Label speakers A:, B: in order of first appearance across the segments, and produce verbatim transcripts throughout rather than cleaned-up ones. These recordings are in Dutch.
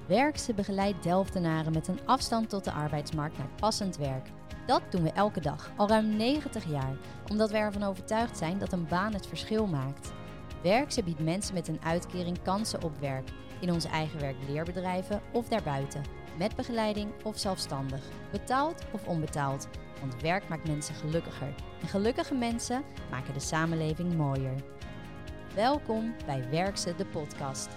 A: Werkse begeleidt Delftenaren met een afstand tot de arbeidsmarkt naar passend werk. Dat doen we elke dag, al ruim negentig jaar, omdat we ervan overtuigd zijn dat een baan het verschil maakt. Werkse biedt mensen met een uitkering kansen op werk, in onze eigen werkleerbedrijven of daarbuiten, met begeleiding of zelfstandig, betaald of onbetaald. Want werk maakt mensen gelukkiger en gelukkige mensen maken de samenleving mooier. Welkom bij Werkse, de podcast.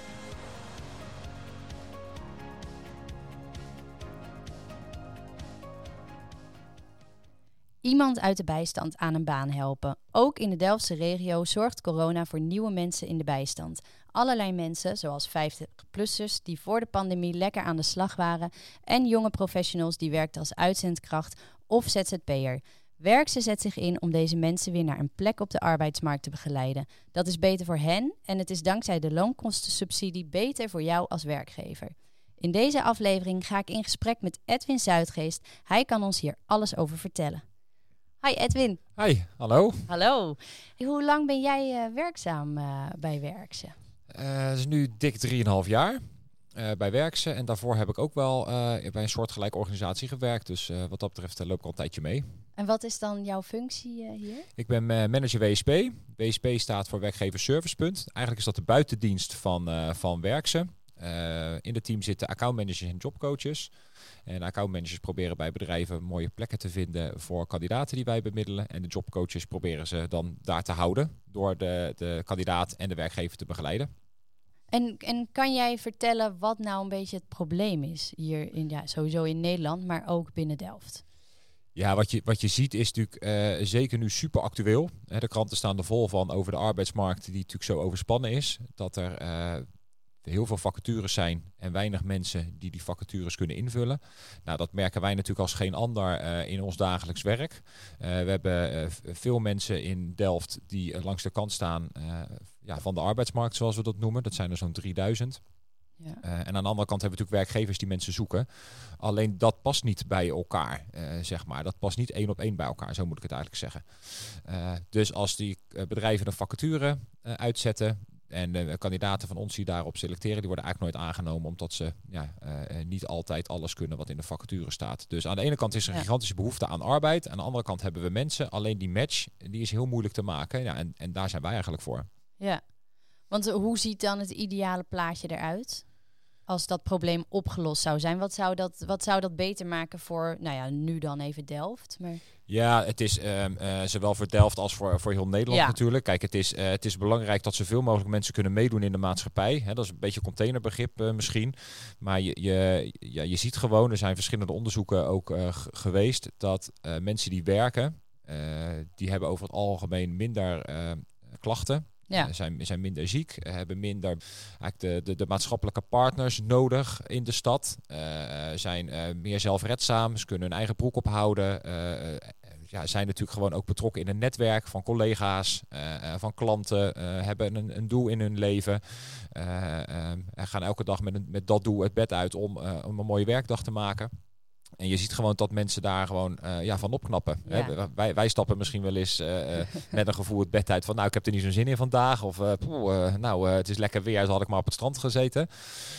A: Iemand uit de bijstand aan een baan helpen. Ook in de Delftse regio zorgt corona voor nieuwe mensen in de bijstand. Allerlei mensen, zoals vijftig-plussers die voor de pandemie lekker aan de slag waren en jonge professionals die werkten als uitzendkracht of Z Z P'er. Werkse zet zich in om deze mensen weer naar een plek op de arbeidsmarkt te begeleiden. Dat is beter voor hen en het is dankzij de loonkostensubsidie beter voor jou als werkgever. In deze aflevering ga ik in gesprek met Edwin Zuidgeest. Hij kan ons hier alles over vertellen. Hi Edwin.
B: Hi, hallo.
A: Hallo. Hoe lang ben jij uh, werkzaam uh, bij Werkse?
B: Uh, het is nu dik drieënhalf jaar uh, bij Werkse. En daarvoor heb ik ook wel uh, bij een soortgelijke organisatie gewerkt. Dus uh, wat dat betreft uh, loop ik al een tijdje mee.
A: En wat is dan jouw functie uh, hier?
B: Ik ben uh, manager W S P. W S P staat voor Werkgever Servicepunt. Eigenlijk is dat de buitendienst van, uh, van Werkse. Uh, in het team zitten accountmanagers en jobcoaches. En accountmanagers proberen bij bedrijven mooie plekken te vinden voor kandidaten die wij bemiddelen. En de jobcoaches proberen ze dan daar te houden door de, de kandidaat en de werkgever te begeleiden.
A: En, en kan jij vertellen wat nou een beetje het probleem is hier in, ja, sowieso in Nederland, maar ook binnen Delft?
B: Ja, wat je, wat je ziet is natuurlijk uh, zeker nu super actueel. Hè, de kranten staan er vol van over de arbeidsmarkt die natuurlijk zo overspannen is. Dat er uh, heel veel vacatures zijn en weinig mensen die die vacatures kunnen invullen. Nou, dat merken wij natuurlijk als geen ander uh, in ons dagelijks werk. Uh, we hebben uh, veel mensen in Delft die uh, langs de kant staan uh, ja, van de arbeidsmarkt, zoals we dat noemen. Dat zijn er zo'n drieduizend. Ja. Uh, en aan de andere kant hebben we natuurlijk werkgevers die mensen zoeken. Alleen dat past niet bij elkaar, uh, zeg maar. Dat past niet één op één bij elkaar, zo moet ik het eigenlijk zeggen. Uh, dus als die uh, bedrijven een vacature uh, uitzetten en de kandidaten van ons die daarop selecteren, die worden eigenlijk nooit aangenomen, omdat ze ja, uh, niet altijd alles kunnen wat in de vacature staat. Dus aan de ene kant is er een ja. gigantische behoefte aan arbeid. Aan de andere kant hebben we mensen. Alleen die match, die is heel moeilijk te maken. Ja, en, en daar zijn wij eigenlijk voor.
A: Ja, want hoe ziet dan het ideale plaatje eruit? Als dat probleem opgelost zou zijn, wat zou dat, wat zou dat beter maken voor, nou ja, nu dan even Delft? Maar...
B: Ja, het is uh, uh, zowel voor Delft als voor, voor heel Nederland ja. natuurlijk. Kijk, het is, uh, het is belangrijk dat zoveel mogelijk mensen kunnen meedoen in de maatschappij. Hè, dat is een beetje containerbegrip uh, misschien. Maar je, je, ja, je ziet gewoon, er zijn verschillende onderzoeken ook uh, g- geweest, dat uh, mensen die werken, uh, die hebben over het algemeen minder uh, klachten. Ja. Uh, zijn, zijn minder ziek, uh, hebben minder eigenlijk de, de, de maatschappelijke partners nodig in de stad. Uh, zijn uh, meer zelfredzaam, ze kunnen hun eigen broek ophouden. Uh, uh, ja, zijn natuurlijk gewoon ook betrokken in een netwerk van collega's, uh, uh, van klanten. Uh, hebben een, een doel in hun leven. Uh, uh, en gaan elke dag met, een, met dat doel het bed uit om, uh, om een mooie werkdag te maken. En je ziet gewoon dat mensen daar gewoon uh, ja, van opknappen. Ja. Hè? Wij, wij stappen misschien wel eens uh, uh, met een gevoel het bed uit van, nou, ik heb er niet zo'n zin in vandaag. Of uh, poeh, uh, nou, uh, het is lekker weer, dus had ik maar op het strand gezeten.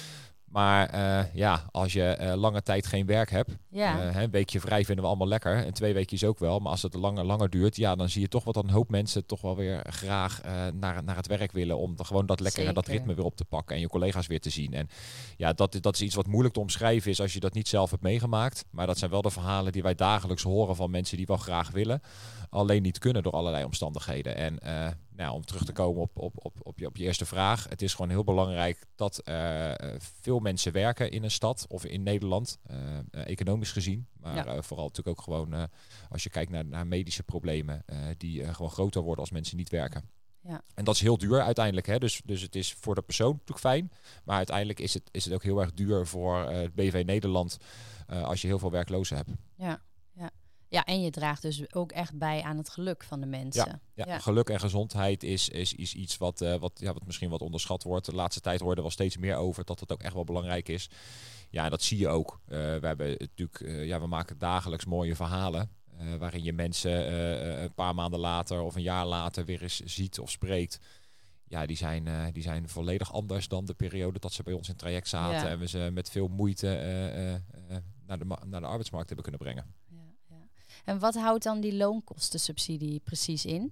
B: Maar uh, ja, als je uh, lange tijd geen werk hebt, ja. uh, een weekje vrij vinden we allemaal lekker. En twee weekjes ook wel. Maar als het langer, langer duurt, ja, dan zie je toch wat een hoop mensen toch wel weer graag uh, naar, naar het werk willen. Om gewoon dat lekkere, dat ritme weer op te pakken en je collega's weer te zien. En ja, dat, dat is iets wat moeilijk te omschrijven is als je dat niet zelf hebt meegemaakt. Maar dat zijn wel de verhalen die wij dagelijks horen van mensen die wel graag willen. Alleen niet kunnen door allerlei omstandigheden. En uh, nou, om terug te komen op, op, op, op, je, op je eerste vraag. Het is gewoon heel belangrijk dat uh, veel mensen werken in een stad of in Nederland. Uh, uh, economisch gezien. Maar ja. uh, vooral natuurlijk ook gewoon uh, als je kijkt naar, naar medische problemen. Uh, die uh, gewoon groter worden als mensen niet werken. Ja. En dat is heel duur uiteindelijk. Hè? Dus, dus het is voor de persoon natuurlijk fijn. Maar uiteindelijk is het, is het ook heel erg duur voor uh, het B V Nederland. Uh, als je heel veel werklozen hebt.
A: Ja. Ja, en je draagt dus ook echt bij aan het geluk van de mensen.
B: Ja, ja, ja. Geluk en gezondheid is, is, is iets wat, uh, wat, ja, wat misschien wat onderschat wordt. De laatste tijd hoorden we wel steeds meer over dat het ook echt wel belangrijk is. Ja, dat zie je ook. Uh, we hebben natuurlijk, uh, ja, we maken dagelijks mooie verhalen. Uh, waarin je mensen uh, een paar maanden later of een jaar later weer eens ziet of spreekt. ja, die zijn, uh, die zijn volledig anders dan de periode dat ze bij ons in het traject zaten. Ja. En we ze met veel moeite uh, uh, uh, naar, de ma- naar de arbeidsmarkt hebben kunnen brengen.
A: Ja, ja. En wat houdt dan die loonkostensubsidie precies in?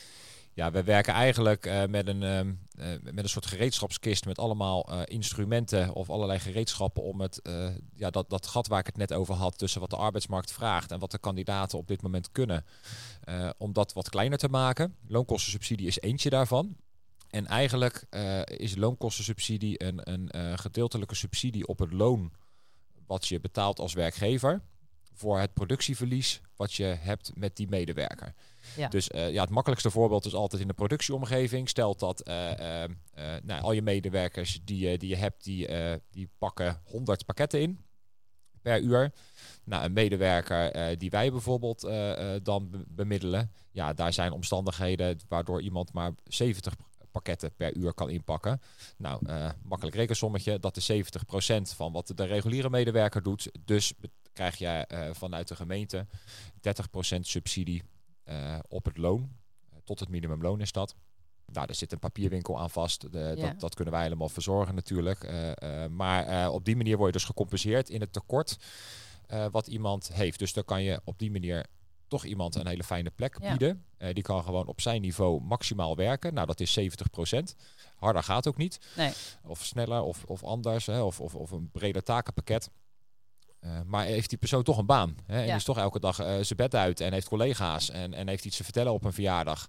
B: Ja, we werken eigenlijk uh, met, een, um, uh, met een soort gereedschapskist met allemaal uh, instrumenten of allerlei gereedschappen om het, uh, ja, dat, dat gat waar ik het net over had tussen wat de arbeidsmarkt vraagt en wat de kandidaten op dit moment kunnen, uh, om dat wat kleiner te maken. Loonkostensubsidie is eentje daarvan. En eigenlijk uh, is loonkostensubsidie een, een uh, gedeeltelijke subsidie op het loon wat je betaalt als werkgever voor het productieverlies wat je hebt met die medewerker. Ja. Dus uh, ja, het makkelijkste voorbeeld is altijd in de productieomgeving. Stel dat uh, uh, uh, nou, al je medewerkers die, uh, die je hebt, die, uh, die pakken honderd pakketten in per uur. Nou, een medewerker uh, die wij bijvoorbeeld uh, uh, dan be- bemiddelen. Ja, daar zijn omstandigheden waardoor iemand maar zeventig pakketten per uur kan inpakken. Nou, uh, makkelijk rekensommetje. Dat is zeventig procent van wat de reguliere medewerker doet. Dus be- krijg je uh, vanuit de gemeente dertig procent subsidie uh, op het loon. Uh, tot het minimumloon is dat. Nou, er zit een papierwinkel aan vast. De, ja. dat, dat kunnen wij helemaal verzorgen natuurlijk. Uh, uh, maar uh, op die manier word je dus gecompenseerd in het tekort uh, wat iemand heeft. Dus dan kan je op die manier toch iemand een hele fijne plek bieden. Ja. Uh, die kan gewoon op zijn niveau maximaal werken. Nou, dat is zeventig procent. Harder gaat ook niet.
A: Nee.
B: Of sneller of, of anders. Hè, of, of, of een breder takenpakket. Uh, maar heeft die persoon toch een baan. Hè, en ja. is toch elke dag uh, zijn bed uit en heeft collega's. En, en heeft iets te vertellen op een verjaardag.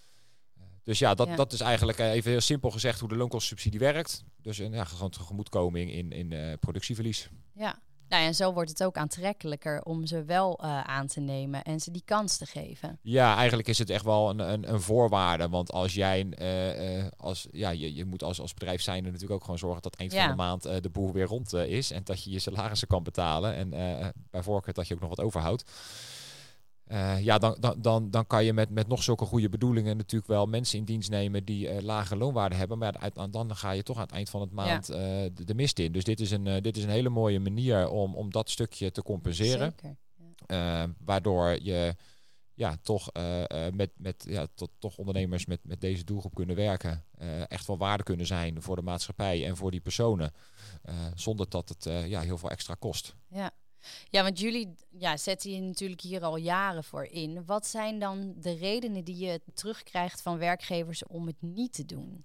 B: Uh, dus ja dat, ja, dat is eigenlijk uh, even heel simpel gezegd hoe de loonkostensubsidie werkt. Dus een ja, gewoon tegemoetkoming in, in uh, productieverlies.
A: Ja. Nou, en zo wordt het ook aantrekkelijker om ze wel uh, aan te nemen en ze die kans te geven.
B: Ja, eigenlijk is het echt wel een, een, een voorwaarde. Want als jij, uh, uh, als, ja, je, je moet als, als bedrijf zijnde natuurlijk ook gewoon zorgen dat eind ja. van de maand uh, de boel weer rond uh, is. En dat je je salarissen kan betalen. En uh, bij voorkeur dat je ook nog wat overhoudt. Uh, ja, dan, dan, dan, dan kan je met, met nog zulke goede bedoelingen natuurlijk wel mensen in dienst nemen die uh, lage loonwaarde hebben. Maar uit, dan ga je toch aan het eind van het maand ja. uh, de, de mist in. Dus dit is een, uh, dit is een hele mooie manier om, om dat stukje te compenseren.
A: Zeker. Ja.
B: Uh, waardoor je ja, toch, uh, uh, met, met, ja, tot, toch ondernemers met, met deze doelgroep kunnen werken. Uh, echt wel waarde kunnen zijn voor de maatschappij en voor die personen. Uh, zonder dat het uh, ja, heel veel extra kost.
A: Ja. Ja, want jullie ja, zetten je natuurlijk hier al jaren voor in. Wat zijn dan de redenen die je terugkrijgt van werkgevers om het niet te doen?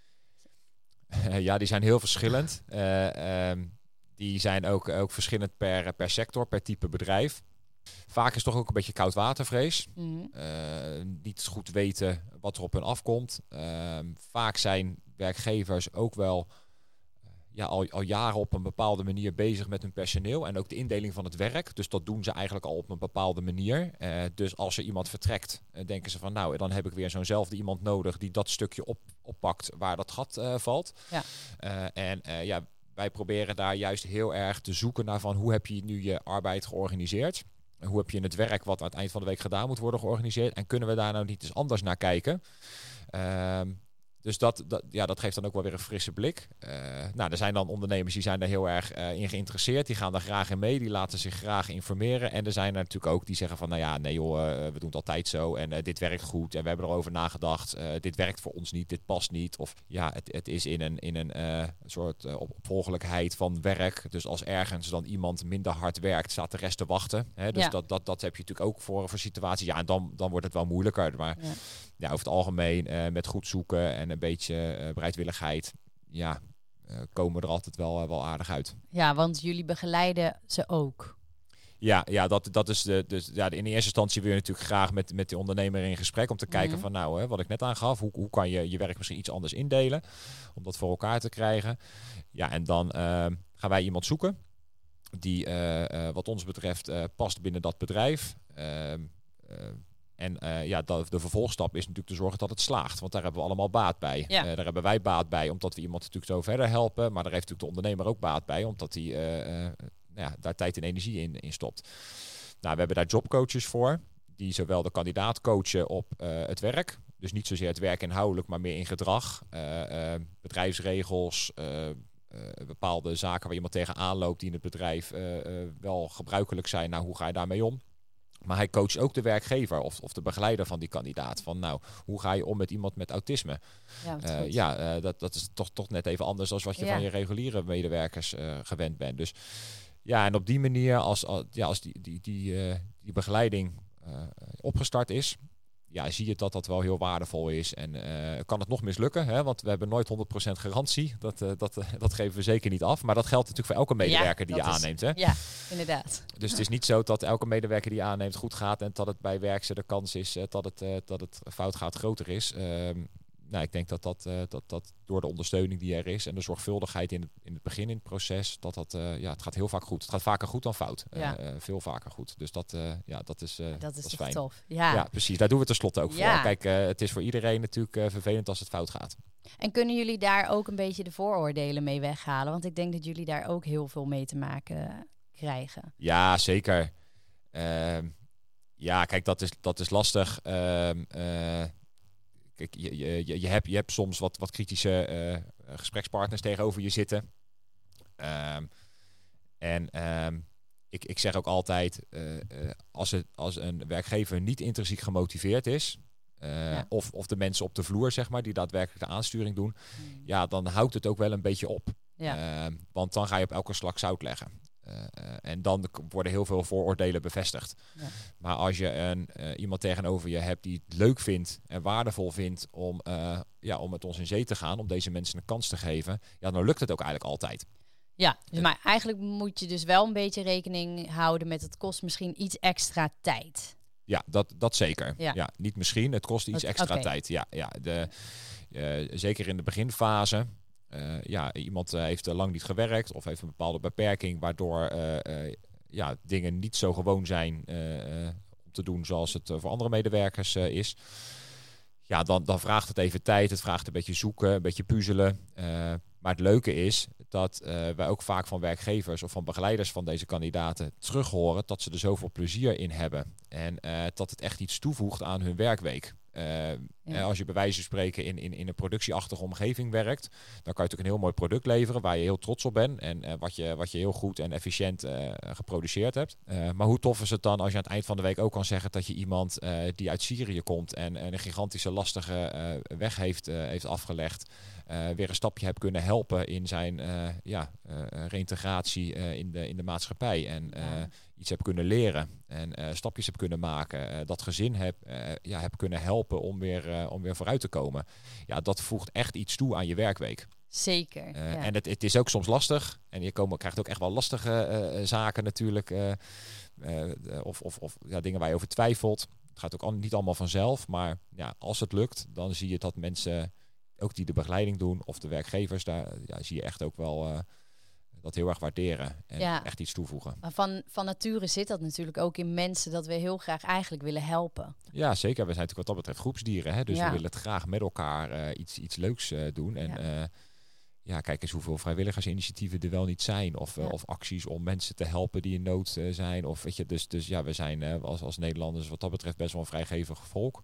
B: Uh, ja, die zijn heel verschillend. Uh, um, die zijn ook, ook verschillend per, per sector, per type bedrijf. Vaak is toch ook een beetje koudwatervrees. Mm-hmm. Uh, niet goed weten wat er op hun afkomt. Uh, vaak zijn werkgevers ook wel Ja, al, al jaren op een bepaalde manier bezig met hun personeel. En ook de indeling van het werk. Dus dat doen ze eigenlijk al op een bepaalde manier. Uh, dus als er iemand vertrekt, uh, denken ze van nou, dan heb ik weer zo'nzelfde iemand nodig die dat stukje op, oppakt waar dat gat uh, valt. Ja. Uh, en uh, ja, wij proberen daar juist heel erg te zoeken naar van hoe heb je nu je arbeid georganiseerd? Hoe heb je het werk wat aan het eind van de week gedaan moet worden georganiseerd? En kunnen we daar nou niet eens anders naar kijken? Uh, Dus dat, dat, ja, dat geeft dan ook wel weer een frisse blik. Uh, nou, er zijn dan ondernemers die zijn daar heel erg uh, in geïnteresseerd. Die gaan daar graag in mee. Die laten zich graag informeren. En er zijn er natuurlijk ook die zeggen van, nou ja, nee joh, uh, we doen het altijd zo. En uh, dit werkt goed. En we hebben erover nagedacht. Uh, dit werkt voor ons niet. Dit past niet. Of ja, het, het is in een, in een uh, soort uh, opvolgelijkheid van werk. Dus als ergens dan iemand minder hard werkt, staat de rest te wachten. Hè? Dus ja. dat, dat, dat heb je natuurlijk ook voor, voor situaties. Ja, en dan, dan wordt het wel moeilijker. Maar ja. Ja, over het algemeen uh, met goed zoeken en een beetje uh, bereidwilligheid, ja, uh, komen we er altijd wel, uh, wel aardig uit.
A: Ja, want jullie begeleiden ze ook.
B: Ja, ja, dat, dat is de, dus, ja, in eerste instantie wil je natuurlijk graag met, met de ondernemer in gesprek om te kijken mm-hmm. van nou, hè, wat ik net aangaf, hoe, hoe kan je je werk misschien iets anders indelen om dat voor elkaar te krijgen. Ja, en dan uh, gaan wij iemand zoeken die uh, uh, wat ons betreft uh, past binnen dat bedrijf. Uh, uh, En uh, ja, de, de vervolgstap is natuurlijk te zorgen dat het slaagt. Want daar hebben we allemaal baat bij. Ja. Uh, daar hebben wij baat bij, omdat we iemand natuurlijk zo verder helpen. Maar daar heeft natuurlijk de ondernemer ook baat bij, omdat hij uh, uh, ja, daar tijd en energie in, in stopt. Nou, we hebben daar jobcoaches voor. Die zowel de kandidaat coachen op uh, het werk. Dus niet zozeer het werk inhoudelijk, maar meer in gedrag. Uh, uh, bedrijfsregels, uh, uh, bepaalde zaken waar iemand tegenaan loopt die in het bedrijf uh, uh, wel gebruikelijk zijn. Nou, hoe ga je daarmee om? Maar hij coacht ook de werkgever of, of de begeleider van die kandidaat. Van nou, hoe ga je om met iemand met autisme?
A: Ja,
B: uh, ja uh, dat, dat is toch, toch net even anders dan wat je ja. van je reguliere medewerkers uh, gewend bent. Dus ja, en op die manier, als, als, ja, als die, die, die, uh, die begeleiding uh, opgestart is, ja, zie je dat dat wel heel waardevol is. En uh, kan het nog mislukken, hè? Want we hebben nooit honderd procent garantie. Dat, uh, dat, uh, dat geven we zeker niet af. Maar dat geldt natuurlijk voor elke medewerker ja, die je is, aanneemt. Hè?
A: Ja, inderdaad.
B: Dus het is niet zo dat elke medewerker die je aanneemt goed gaat en dat het bij werkster de kans is uh, dat, het, uh, dat het fout gaat groter is. Uh, nou, ik denk dat dat, uh, dat dat door de ondersteuning die er is en de zorgvuldigheid in het, in het begin in het proces, dat dat, uh, ja, het gaat heel vaak goed. Het gaat vaker goed dan fout. Ja. Uh, uh, veel vaker goed. Dus dat, uh, ja, dat is, uh,
A: dat is,
B: dat is
A: toch
B: fijn.
A: Tof. Ja.
B: ja, precies. Daar doen we tenslotte ook
A: ja.
B: voor. Kijk, uh, het is voor iedereen natuurlijk uh, vervelend als het fout gaat.
A: En kunnen jullie daar ook een beetje de vooroordelen mee weghalen? Want ik denk dat jullie daar ook heel veel mee te maken krijgen.
B: Ja, zeker. Uh, ja, kijk, dat is, dat is lastig. Uh, uh, Kijk, je, je, je, hebt, je hebt soms wat, wat kritische uh, gesprekspartners tegenover je zitten. Um, en um, ik, ik zeg ook altijd, uh, uh, als, het, als een werkgever niet intrinsiek gemotiveerd is, uh, ja. of, of de mensen op de vloer, zeg maar, die daadwerkelijk de aansturing doen, mm. ja, dan houdt het ook wel een beetje op. Ja. Uh, want dan ga je op elke slag zout leggen. Uh, uh, en dan worden heel veel vooroordelen bevestigd. Ja. Maar als je een, uh, iemand tegenover je hebt die het leuk vindt en waardevol vindt om, uh, ja, om met ons in zee te gaan, om deze mensen een kans te geven, ja, dan lukt het ook eigenlijk altijd.
A: Ja, dus uh, maar eigenlijk moet je dus wel een beetje rekening houden met het kost misschien iets extra tijd.
B: Ja, dat, dat zeker. Ja. Ja, niet misschien, het kost iets extra okay. tijd. Ja, ja, de, uh, zeker in de beginfase. Uh, ja, iemand uh, heeft uh, lang niet gewerkt of heeft een bepaalde beperking, waardoor uh, uh, ja, dingen niet zo gewoon zijn uh, uh, om te doen zoals het uh, voor andere medewerkers uh, is. Ja, dan, dan vraagt het even tijd. Het vraagt een beetje zoeken, een beetje puzzelen. Uh, maar het leuke is dat uh, wij ook vaak van werkgevers of van begeleiders van deze kandidaten terug horen dat ze er zoveel plezier in hebben. En uh, dat het echt iets toevoegt aan hun werkweek. Uh, ja. Als je bij wijze van spreken in, in, in een productieachtige omgeving werkt, dan kan je natuurlijk een heel mooi product leveren waar je heel trots op bent en uh, wat, je, wat je heel goed en efficiënt uh, geproduceerd hebt. Uh, maar hoe tof is het dan als je aan het eind van de week ook kan zeggen dat je iemand uh, die uit Syrië komt en uh, een gigantische lastige uh, weg heeft, uh, heeft afgelegd, uh, weer een stapje hebt kunnen helpen in zijn uh, ja, uh, reintegratie uh, in, de, in de maatschappij en uh, ja. iets heb kunnen leren en uh, stapjes heb kunnen maken, uh, dat gezin heb, uh, ja, heb kunnen helpen om weer, uh, om weer vooruit te komen. Ja, dat voegt echt iets toe aan je werkweek.
A: Zeker. Uh,
B: ja. En het, het is ook soms lastig. En je komen, krijgt ook echt wel lastige uh, zaken natuurlijk. Uh, uh, of of, of ja, dingen waar je over twijfelt. Het gaat ook al, niet allemaal vanzelf. Maar ja, als het lukt, dan zie je dat mensen, ook die de begeleiding doen, of de werkgevers, daar ja, zie je echt ook wel Uh, dat heel erg waarderen en ja. echt iets toevoegen.
A: Maar van, van nature zit dat natuurlijk ook in mensen dat we heel graag eigenlijk willen helpen.
B: Ja, zeker. We zijn natuurlijk wat dat betreft groepsdieren. Hè? Dus ja. we willen het graag met elkaar uh, iets, iets leuks uh, doen. En ja. Uh, ja, kijk eens hoeveel vrijwilligersinitiatieven er wel niet zijn. Of, uh, ja. of acties om mensen te helpen die in nood uh, zijn. Of, weet je, dus, dus ja, we zijn uh, als, als Nederlanders wat dat betreft best wel een vrijgevig volk.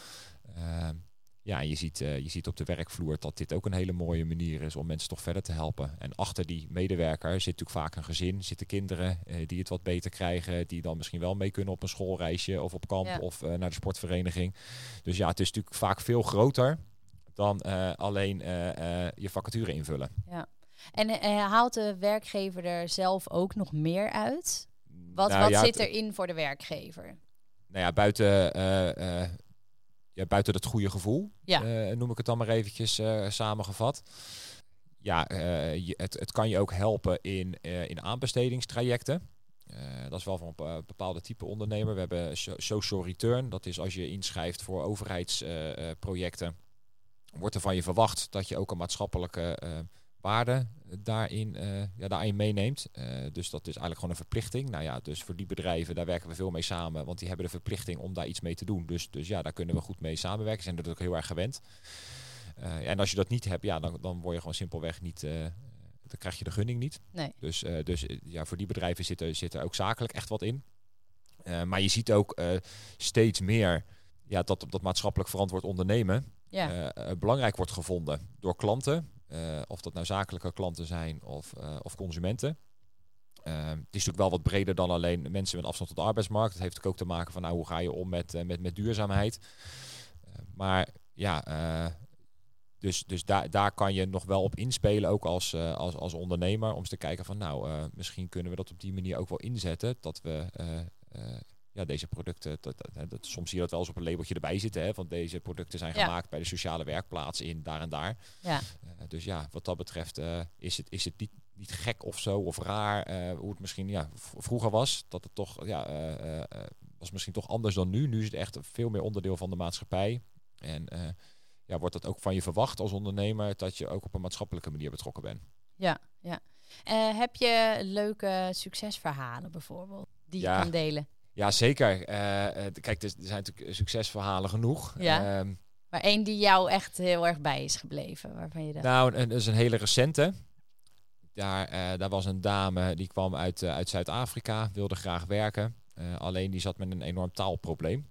B: Uh, Ja, en je ziet, uh, je ziet op de werkvloer dat dit ook een hele mooie manier is om mensen toch verder te helpen. En achter die medewerker zit natuurlijk vaak een gezin, zitten kinderen uh, die het wat beter krijgen, die dan misschien wel mee kunnen op een schoolreisje of op kamp ja. of uh, naar de sportvereniging. Dus ja, het is natuurlijk vaak veel groter dan uh, alleen uh, uh, je vacature invullen.
A: Ja. En uh, haalt de werkgever er zelf ook nog meer uit? Wat, nou, wat ja, zit erin voor de werkgever?
B: Nou ja, buiten Uh, uh, Ja, buiten het goede gevoel, ja. uh, noem ik het dan maar eventjes uh, samengevat. Ja, uh, je, het, het kan je ook helpen in, uh, in aanbestedingstrajecten. Uh, dat is wel van een uh, bepaalde type ondernemer. We hebben so- social return. Dat is als je inschrijft voor overheidsprojecten. Uh, uh, wordt er van je verwacht dat je ook een maatschappelijke uh, waarde daarin, uh, ja, daarin meeneemt. Uh, dus dat is eigenlijk gewoon een verplichting. Nou ja, dus voor die bedrijven, daar werken we veel mee samen. Want die hebben de verplichting om daar iets mee te doen. Dus, dus ja, daar kunnen we goed mee samenwerken. Zijn er ook heel erg gewend. Uh, en als je dat niet hebt, ja, dan, dan word je gewoon simpelweg niet Uh, dan krijg je de gunning niet.
A: Nee.
B: Dus, uh, dus ja, voor die bedrijven zit er, zit er ook zakelijk echt wat in. Uh, maar je ziet ook uh, steeds meer ja, dat dat maatschappelijk verantwoord ondernemen ja. uh, belangrijk wordt gevonden door klanten. Uh, of dat nou zakelijke klanten zijn of, uh, of consumenten. Uh, het is natuurlijk wel wat breder dan alleen mensen met afstand tot de arbeidsmarkt. Het heeft natuurlijk ook te maken van nou, hoe ga je om met, uh, met, met duurzaamheid. Uh, maar ja, uh, dus, dus daar, daar kan je nog wel op inspelen, ook als, uh, als, als ondernemer. Om eens te kijken van nou, uh, misschien kunnen we dat op die manier ook wel inzetten. Dat we uh, uh, ja, deze producten, dat, dat, dat, soms zie je dat wel eens op een labeltje erbij zitten. Hè, van deze producten zijn ja. gemaakt bij de sociale werkplaats in daar en daar. Ja. Uh, dus ja, wat dat betreft uh, is het, is het niet... niet gek of zo, of raar, uh, hoe het misschien ja, v- vroeger was. Dat het toch, ja, uh, uh, was misschien toch anders dan nu. Nu is het echt veel meer onderdeel van de maatschappij. En uh, ja, wordt dat ook van je verwacht als ondernemer, dat je ook op een maatschappelijke manier betrokken bent.
A: Ja, ja. Uh, heb je leuke succesverhalen bijvoorbeeld, die ja. je kan delen?
B: Ja, zeker. Uh, uh, kijk, er zijn natuurlijk succesverhalen genoeg.
A: Ja. Um, maar één die jou echt heel erg bij is gebleven, waarvan je dacht...
B: Nou, dat is een hele recente. Daar, uh, daar was een dame die kwam uit, uh, uit Zuid-Afrika, wilde graag werken. Uh, alleen die zat met een enorm taalprobleem.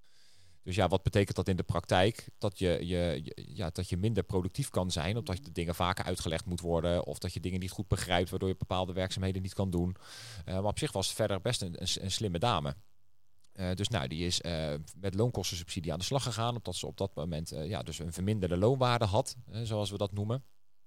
B: Dus ja, wat betekent dat in de praktijk? Dat je, je, je, ja, dat je minder productief kan zijn, omdat je de dingen vaker uitgelegd moet worden, of dat je dingen niet goed begrijpt, waardoor je bepaalde werkzaamheden niet kan doen. Uh, maar op zich was het verder best een, een, een slimme dame. Uh, dus nou, die is uh, met loonkostensubsidie aan de slag gegaan, omdat ze op dat moment uh, ja, dus een verminderde loonwaarde had, uh, zoals we dat noemen.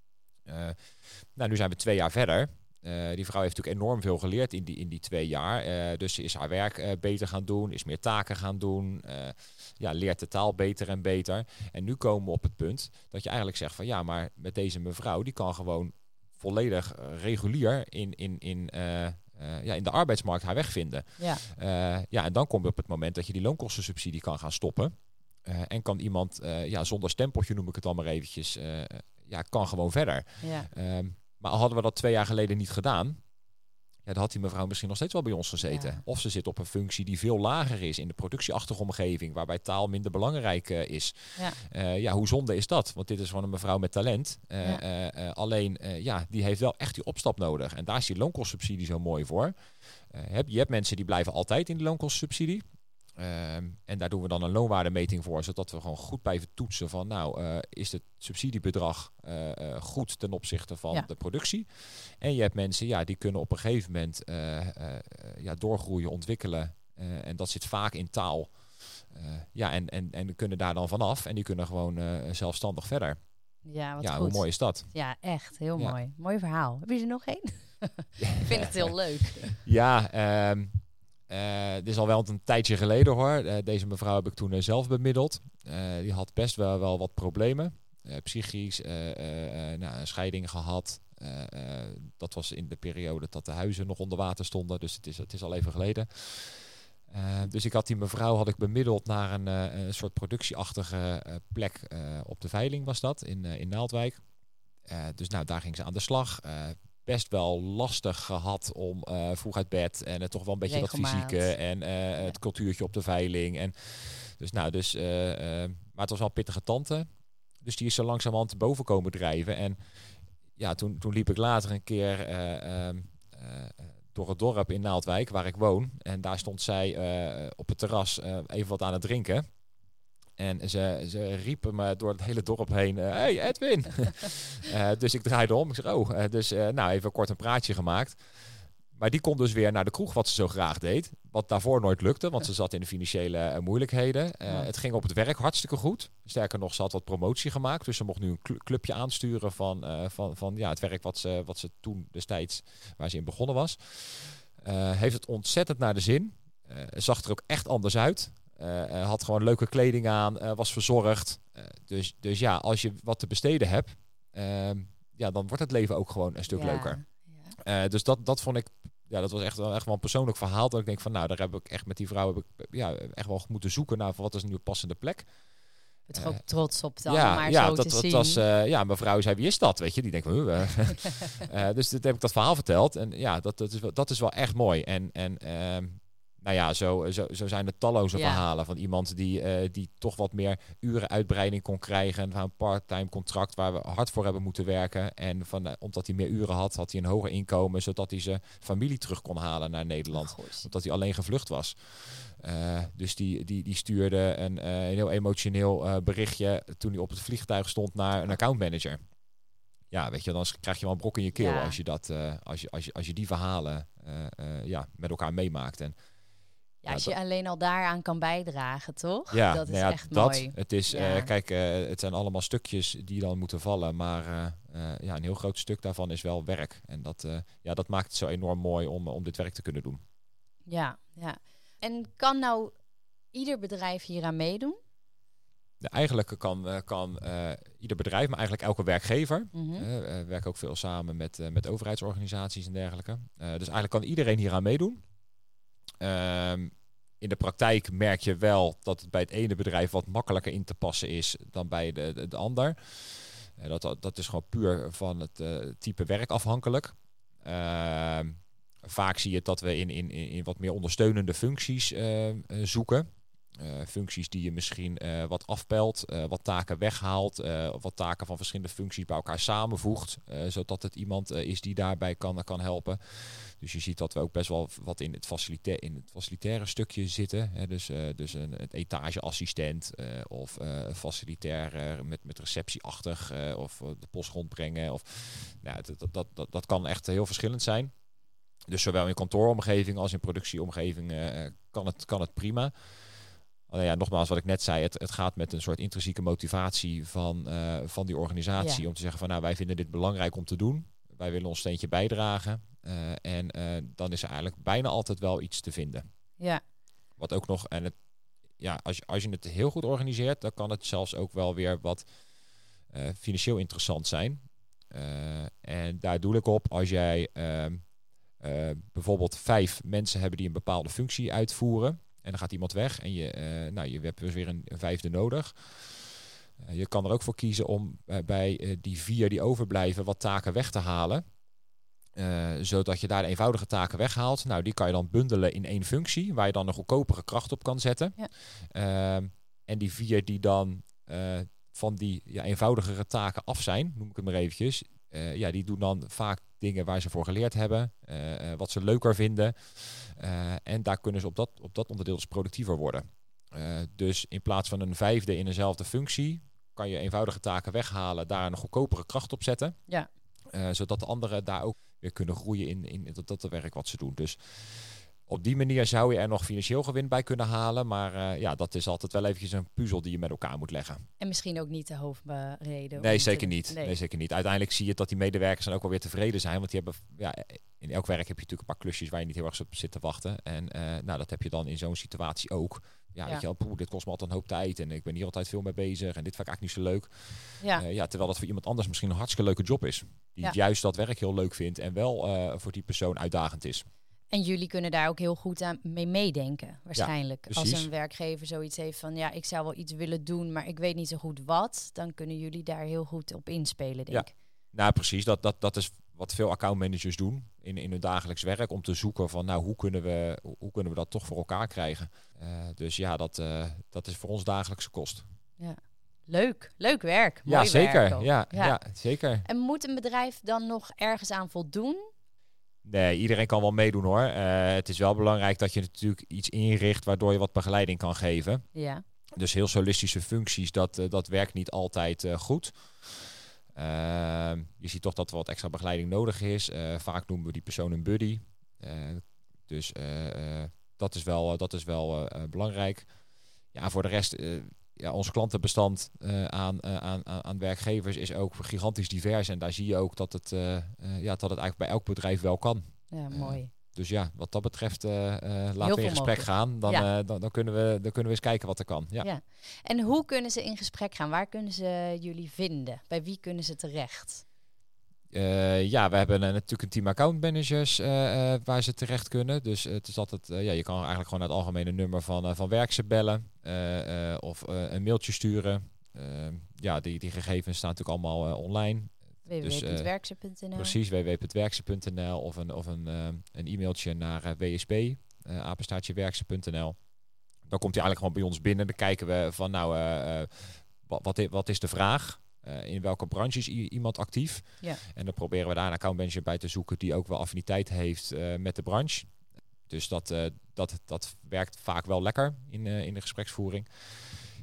B: Uh, nou, nu zijn we twee jaar verder. Uh, die vrouw heeft natuurlijk enorm veel geleerd in die, in die twee jaar. Uh, dus ze is haar werk uh, beter gaan doen, is meer taken gaan doen. Uh, ja, leert de taal beter en beter. En nu komen we op het punt dat je eigenlijk zegt van ja, maar met deze mevrouw, die kan gewoon volledig uh, regulier in, in, in, uh, uh, ja, in de arbeidsmarkt haar weg vinden. Ja. Uh, ja, en dan kom je op het moment dat je die loonkostensubsidie kan gaan stoppen. Uh, en kan iemand, uh, ja, zonder stempeltje noem ik het dan maar eventjes, uh, ja, kan gewoon verder. Ja. Um, maar al hadden we dat twee jaar geleden niet gedaan, ja, dan had die mevrouw misschien nog steeds wel bij ons gezeten. Ja. Of ze zit op een functie die veel lager is in de productieachtige omgeving, waarbij taal minder belangrijk uh, is. Ja. Uh, ja, hoe zonde is dat? Want dit is gewoon een mevrouw met talent. Uh, ja. uh, uh, alleen, uh, ja, die heeft wel echt die opstap nodig. En daar is die loonkostsubsidie zo mooi voor. Uh, heb, je hebt mensen die blijven altijd in die loonkostsubsidie. Um, en daar doen we dan een loonwaardemeting voor, zodat we gewoon goed blijven toetsen van nou, uh, is het subsidiebedrag uh, uh, goed ten opzichte van ja. de productie. En je hebt mensen, ja, die kunnen op een gegeven moment uh, uh, ja, doorgroeien, ontwikkelen. Uh, en dat zit vaak in taal. Uh, ja, en, en, en kunnen daar dan vanaf en die kunnen gewoon uh, zelfstandig verder.
A: Ja, wat
B: ja,
A: goed.
B: Hoe mooi is dat?
A: Ja, echt. Heel ja. mooi. Mooi verhaal. Heb je er nog één? Ik vind het heel leuk.
B: Ja, um, Uh, dit is al wel een tijdje geleden hoor. Uh, deze mevrouw heb ik toen uh, zelf bemiddeld. Uh, die had best wel, wel wat problemen. Uh, psychisch, uh, uh, uh, nou, een scheiding gehad. Uh, uh, dat was in de periode dat de huizen nog onder water stonden. Dus het is, het is al even geleden. Uh, dus ik had die mevrouw had ik bemiddeld naar een, uh, een soort productieachtige uh, plek uh, op de Veiling was dat, in, uh, in Naaldwijk. Uh, dus nou, daar ging ze aan de slag. Uh, best wel lastig gehad om uh, vroeg uit bed en uh, toch wel een beetje Regelmaat. dat fysieke en uh, ja. het cultuurtje op de Veiling. En dus nou, dus, uh, uh, maar het was wel een pittige tante. Dus die is zo langzamerhand te boven komen drijven. En ja, toen, toen liep ik later een keer uh, uh, uh, door het dorp in Naaldwijk, waar ik woon. En daar stond zij uh, op het terras uh, even wat aan het drinken. En ze, ze riepen me door het hele dorp heen, uh, hey Edwin! uh, dus ik draaide om. Ik zeg, oh, uh, dus uh, nou even kort een praatje gemaakt. Maar die kon dus weer naar de kroeg wat ze zo graag deed. Wat daarvoor nooit lukte, want ze zat in de financiële uh, moeilijkheden. Uh, ja. Het ging op het werk hartstikke goed. Sterker nog, ze had wat promotie gemaakt. Dus ze mocht nu een cl- clubje aansturen van, uh, van, van ja, het werk wat ze, wat ze toen destijds, waar ze in begonnen was. Uh, heeft het ontzettend naar de zin. Uh, zag er ook echt anders uit. Uh, had gewoon leuke kleding aan, uh, was verzorgd. Uh, dus, dus ja, als je wat te besteden hebt, uh, ja, dan wordt het leven ook gewoon een stuk ja, leuker. Ja. Uh, dus dat, dat vond ik, ja, dat was echt wel, echt wel een persoonlijk verhaal. Dat ik denk van, nou, daar heb ik echt met die vrouw heb ik, ja, echt wel moeten zoeken naar wat is nu een passende plek.
A: Het is ook trots op dan, ja, maar ja, zo
B: dat,
A: te
B: dat
A: zien.
B: Was, uh, ja, mijn vrouw zei, wie is dat? Weet je, die denkt van, uh, uh, dus dat heb ik dat verhaal verteld. En ja, dat, dat, is, wel, dat is wel echt mooi. En, en uh, nou ja, zo, zo, zo zijn er talloze ja. verhalen van iemand die, uh, die toch wat meer urenuitbreiding kon krijgen. Van een part-time contract waar we hard voor hebben moeten werken. En van, uh, omdat hij meer uren had, had hij een hoger inkomen, zodat hij zijn familie terug kon halen naar Nederland. Oh, omdat hij alleen gevlucht was. Uh, dus die, die, die stuurde een, uh, een heel emotioneel uh, berichtje toen hij op het vliegtuig stond naar een accountmanager. ja, weet je, dan krijg je wel een brok in je keel
A: ja.
B: als je dat, uh, als je, als je, als je die verhalen uh, uh, ja, met elkaar meemaakt. En
A: ja, als ja, je dat, alleen al daaraan kan bijdragen, toch?
B: Ja,
A: dat is
B: nou ja,
A: echt
B: dat,
A: mooi.
B: Het is,
A: ja.
B: uh, kijk, uh, het zijn allemaal stukjes die dan moeten vallen, maar uh, uh, ja, een heel groot stuk daarvan is wel werk. En dat, uh, ja, dat maakt het zo enorm mooi om, om dit werk te kunnen doen.
A: Ja, ja. En kan nou ieder bedrijf hieraan meedoen?
B: Ja, eigenlijk kan, uh, kan uh, ieder bedrijf, maar eigenlijk elke werkgever.
A: Mm-hmm.
B: Uh, we werken ook veel samen met, uh, met overheidsorganisaties en dergelijke. Uh, dus eigenlijk kan iedereen hieraan meedoen. Uh, in de praktijk merk je wel dat het bij het ene bedrijf wat makkelijker in te passen is dan bij de, de, de ander. Uh, dat, dat, dat is gewoon puur van het uh, type werk afhankelijk. Uh, vaak zie je dat we in, in, in wat meer ondersteunende functies uh, uh, zoeken. Uh, functies die je misschien uh, wat afpelt, uh, wat taken weghaalt, uh, wat taken van verschillende functies bij elkaar samenvoegt, uh, zodat het iemand uh, is die daarbij kan, kan helpen. Dus je ziet dat we ook best wel wat in het, facilita- in het facilitaire stukje zitten. Hè, dus uh, dus een, een etageassistent uh, of uh, facilitair uh, met, met receptieachtig uh, of uh, de post rondbrengen. Of, nou, dat, dat, dat, dat kan echt heel verschillend zijn. Dus zowel in kantooromgeving als in productieomgeving uh, kan, het, kan het prima. Uh, ja, nogmaals, wat ik net zei, het, het gaat met een soort intrinsieke motivatie van, uh, van die organisatie. Ja. Om te zeggen van, nou, wij vinden dit belangrijk om te doen. Wij willen ons steentje bijdragen. Uh, en uh, dan is er eigenlijk bijna altijd wel iets te vinden.
A: Ja.
B: Wat ook nog, en het, ja, als je, als je het heel goed organiseert, dan kan het zelfs ook wel weer wat uh, financieel interessant zijn. Uh, en daar doe ik op als jij uh, uh, bijvoorbeeld vijf mensen hebben die een bepaalde functie uitvoeren. En dan gaat iemand weg en je, uh, nou, je hebt dus weer een, een vijfde nodig. Uh, je kan er ook voor kiezen om uh, bij uh, die vier die overblijven wat taken weg te halen. Uh, zodat je daar de eenvoudige taken weghaalt. Nou, die kan je dan bundelen in één functie, waar je dan een goedkopere kracht op kan zetten. Ja. Uh, en die vier die dan uh, van die ja, eenvoudigere taken af zijn, noem ik het maar eventjes. Uh, ja, die doen dan vaak dingen waar ze voor geleerd hebben, uh, uh, wat ze leuker vinden. Uh, en daar kunnen ze op dat, op dat onderdeel dus productiever worden. Uh, dus in plaats van een vijfde in dezelfde functie, kan je eenvoudige taken weghalen, daar een goedkopere kracht op zetten.
A: Ja.
B: Uh, zodat de anderen daar ook weer kunnen groeien in, in dat, dat werk wat ze doen. Dus op die manier zou je er nog financieel gewin bij kunnen halen. Maar uh, ja, dat is altijd wel eventjes een puzzel die je met elkaar moet leggen.
A: En misschien ook niet de hoofdreden.
B: Nee, zeker
A: te...
B: niet.
A: Nee.
B: nee, zeker niet. Uiteindelijk zie je dat die medewerkers dan ook wel weer tevreden zijn. Want die hebben, ja, in elk werk heb je natuurlijk een paar klusjes waar je niet heel erg op zit te wachten. En uh, nou, dat heb je dan in zo'n situatie ook. Ja, ja. Weet je wel, poeh, dit kost me altijd een hoop tijd en ik ben hier altijd veel mee bezig en dit vind ik eigenlijk niet zo leuk. Ja. Uh, ja, terwijl dat voor iemand anders misschien een hartstikke leuke job is. Die ja. juist dat werk heel leuk vindt en wel uh, voor die persoon uitdagend is.
A: En jullie kunnen daar ook heel goed aan mee meedenken, waarschijnlijk.
B: Ja,
A: als een werkgever zoiets heeft van, ja, ik zou wel iets willen doen, maar ik weet niet zo goed wat. Dan kunnen jullie daar heel goed op inspelen, denk
B: ja.
A: ik.
B: Nou, precies. Dat, dat, dat is wat veel accountmanagers doen in, in hun dagelijks werk. Om te zoeken van, nou, hoe kunnen we, hoe kunnen we dat toch voor elkaar krijgen? Uh, dus ja, dat, uh, dat is voor ons dagelijkse kost.
A: Ja. Leuk, leuk werk.
B: Ja,
A: Mooi
B: zeker.
A: Werk ook.
B: Ja,
A: ja.
B: ja, zeker.
A: En moet een bedrijf dan nog ergens aan voldoen?
B: Nee, iedereen kan wel meedoen hoor. Uh, het is wel belangrijk dat je natuurlijk iets inricht waardoor je wat begeleiding kan geven.
A: Ja.
B: Dus heel solistische functies, dat, uh, dat werkt niet altijd uh, goed. Uh, je ziet toch dat er wat extra begeleiding nodig is. Uh, vaak noemen we die persoon een buddy. Uh, dus uh, uh, dat is wel, uh, dat is wel uh, belangrijk. Ja, voor de rest, uh, ja, ons klantenbestand uh, aan, uh, aan, aan werkgevers is ook gigantisch divers. En daar zie je ook dat het, uh, uh, ja, dat het eigenlijk bij elk bedrijf wel kan.
A: Ja, mooi. Uh,
B: dus ja, wat dat betreft, uh, uh, laten we in gesprek mogelijk. gaan. Dan, ja. uh, dan, dan, kunnen we, dan kunnen we eens kijken wat er kan. Ja.
A: Ja. En hoe kunnen ze in gesprek gaan? Waar kunnen ze jullie vinden? Bij wie kunnen ze terecht?
B: Uh, ja, we hebben uh, natuurlijk een team account managers uh, uh, waar ze terecht kunnen. Dus uh, het is altijd, uh, ja, je kan eigenlijk gewoon naar het algemene nummer van, uh, van Werkse bellen uh, uh, of uh, een mailtje sturen. Uh, ja, die, die gegevens staan natuurlijk allemaal uh, online.
A: w w w punt werkse punt n l.
B: Dus, uh, precies, w w w punt werkse punt n l of een, of een, uh, een e-mailtje naar uh, W S B, uh, apenstaartje werkse punt n l. Dan komt hij eigenlijk gewoon bij ons binnen. Dan kijken we van, nou, uh, uh, wat, is, wat is de vraag? Uh, in welke branche is i- iemand actief? Ja. En dan proberen we daar een accountmanager bij te zoeken die ook wel affiniteit heeft uh, met de branche. Dus dat, uh, dat, dat werkt vaak wel lekker in, uh, in de gespreksvoering.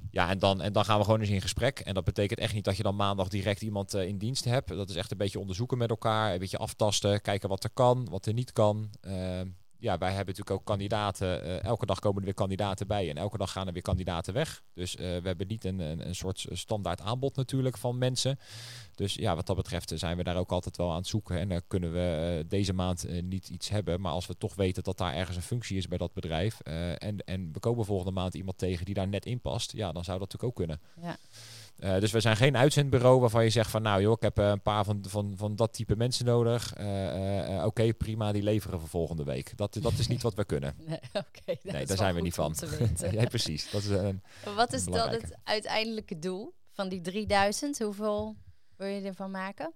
B: Ja, en dan, en dan gaan we gewoon eens in gesprek. En dat betekent echt niet dat je dan maandag direct iemand uh, in dienst hebt. Dat is echt een beetje onderzoeken met elkaar. Een beetje aftasten. Kijken wat er kan, wat er niet kan. Uh, ja, wij hebben natuurlijk ook kandidaten. Uh, elke dag komen er weer kandidaten bij. En elke dag gaan er weer kandidaten weg. Dus uh, we hebben niet een, een, een soort standaard aanbod natuurlijk van mensen. Dus ja, wat dat betreft zijn we daar ook altijd wel aan het zoeken. En dan kunnen we uh, deze maand uh, niet iets hebben. Maar als we toch weten dat daar ergens een functie is bij dat bedrijf. Uh, en, en we komen volgende maand iemand tegen die daar net in past. Ja, dan zou dat natuurlijk ook kunnen.
A: Ja.
B: Uh, dus we zijn geen uitzendbureau waarvan je zegt van nou joh, ik heb uh, een paar van, van, van dat type mensen nodig. Uh, uh, uh, Oké, okay, prima, die leveren voor volgende week. Dat, dat is niet wat we kunnen.
A: Nee, okay,
B: nee daar zijn we niet van. Ja, precies. Dat is een,
A: wat is dan het uiteindelijke doel van die drieduizend? Hoeveel wil je ervan maken?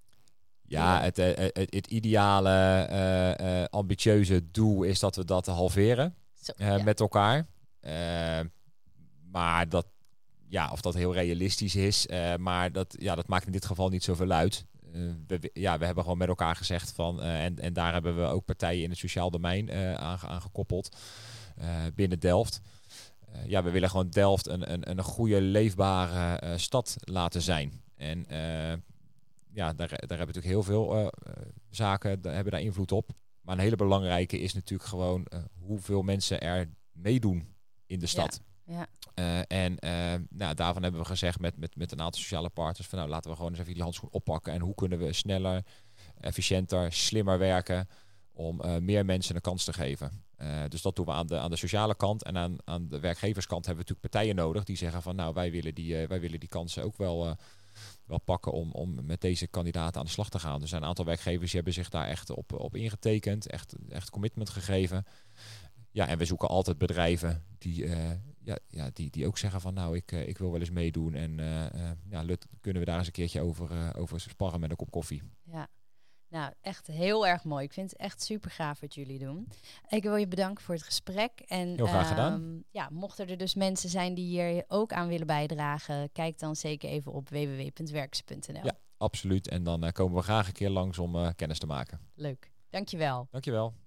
B: Ja, het, het, het, het ideale, uh, uh, ambitieuze doel is dat we dat halveren Zo, uh, ja. met elkaar. Uh, maar dat, ja, of dat heel realistisch is, uh, maar dat, ja, dat maakt in dit geval niet zoveel uit. Uh, we, ja, we hebben gewoon met elkaar gezegd van, uh, en, en daar hebben we ook partijen in het sociaal domein uh, aan, aan gekoppeld uh, binnen Delft. Uh, ja, we willen gewoon Delft een, een, een goede, leefbare uh, stad laten zijn. En uh, ja, daar, daar hebben natuurlijk heel veel uh, zaken, daar hebben daar invloed op. Maar een hele belangrijke is natuurlijk gewoon uh, hoeveel mensen er meedoen in de stad.
A: Ja, ja.
B: Uh, en uh, nou, daarvan hebben we gezegd met, met, met een aantal sociale partners van nou, laten we gewoon eens even die handschoen oppakken. En hoe kunnen we sneller, efficiënter, slimmer werken om uh, meer mensen een kans te geven. Uh, dus dat doen we aan de, aan de sociale kant. En aan, aan de werkgeverskant hebben we natuurlijk partijen nodig die zeggen van nou, wij willen die, uh, wij willen die kansen ook wel... Uh, wel pakken om, om met deze kandidaten aan de slag te gaan. Er zijn een aantal werkgevers die hebben zich daar echt op, op ingetekend, echt, echt commitment gegeven. Ja, en we zoeken altijd bedrijven die, uh, ja, ja, die, die ook zeggen van nou, ik, uh, ik wil wel eens meedoen. En uh, uh, ja, Lut, kunnen we daar eens een keertje over, uh, over sparren met een kop koffie.
A: Ja, nou echt heel erg mooi. Ik vind het echt super gaaf wat jullie doen. Ik wil je bedanken voor het gesprek. En,
B: heel graag gedaan.
A: Um, ja, mochten er dus mensen zijn die hier ook aan willen bijdragen, kijk dan zeker even op w w w punt werkse punt n l.
B: Ja, absoluut. En dan uh, komen we graag een keer langs om uh, kennis te maken.
A: Leuk. Dankjewel.
B: Dankjewel.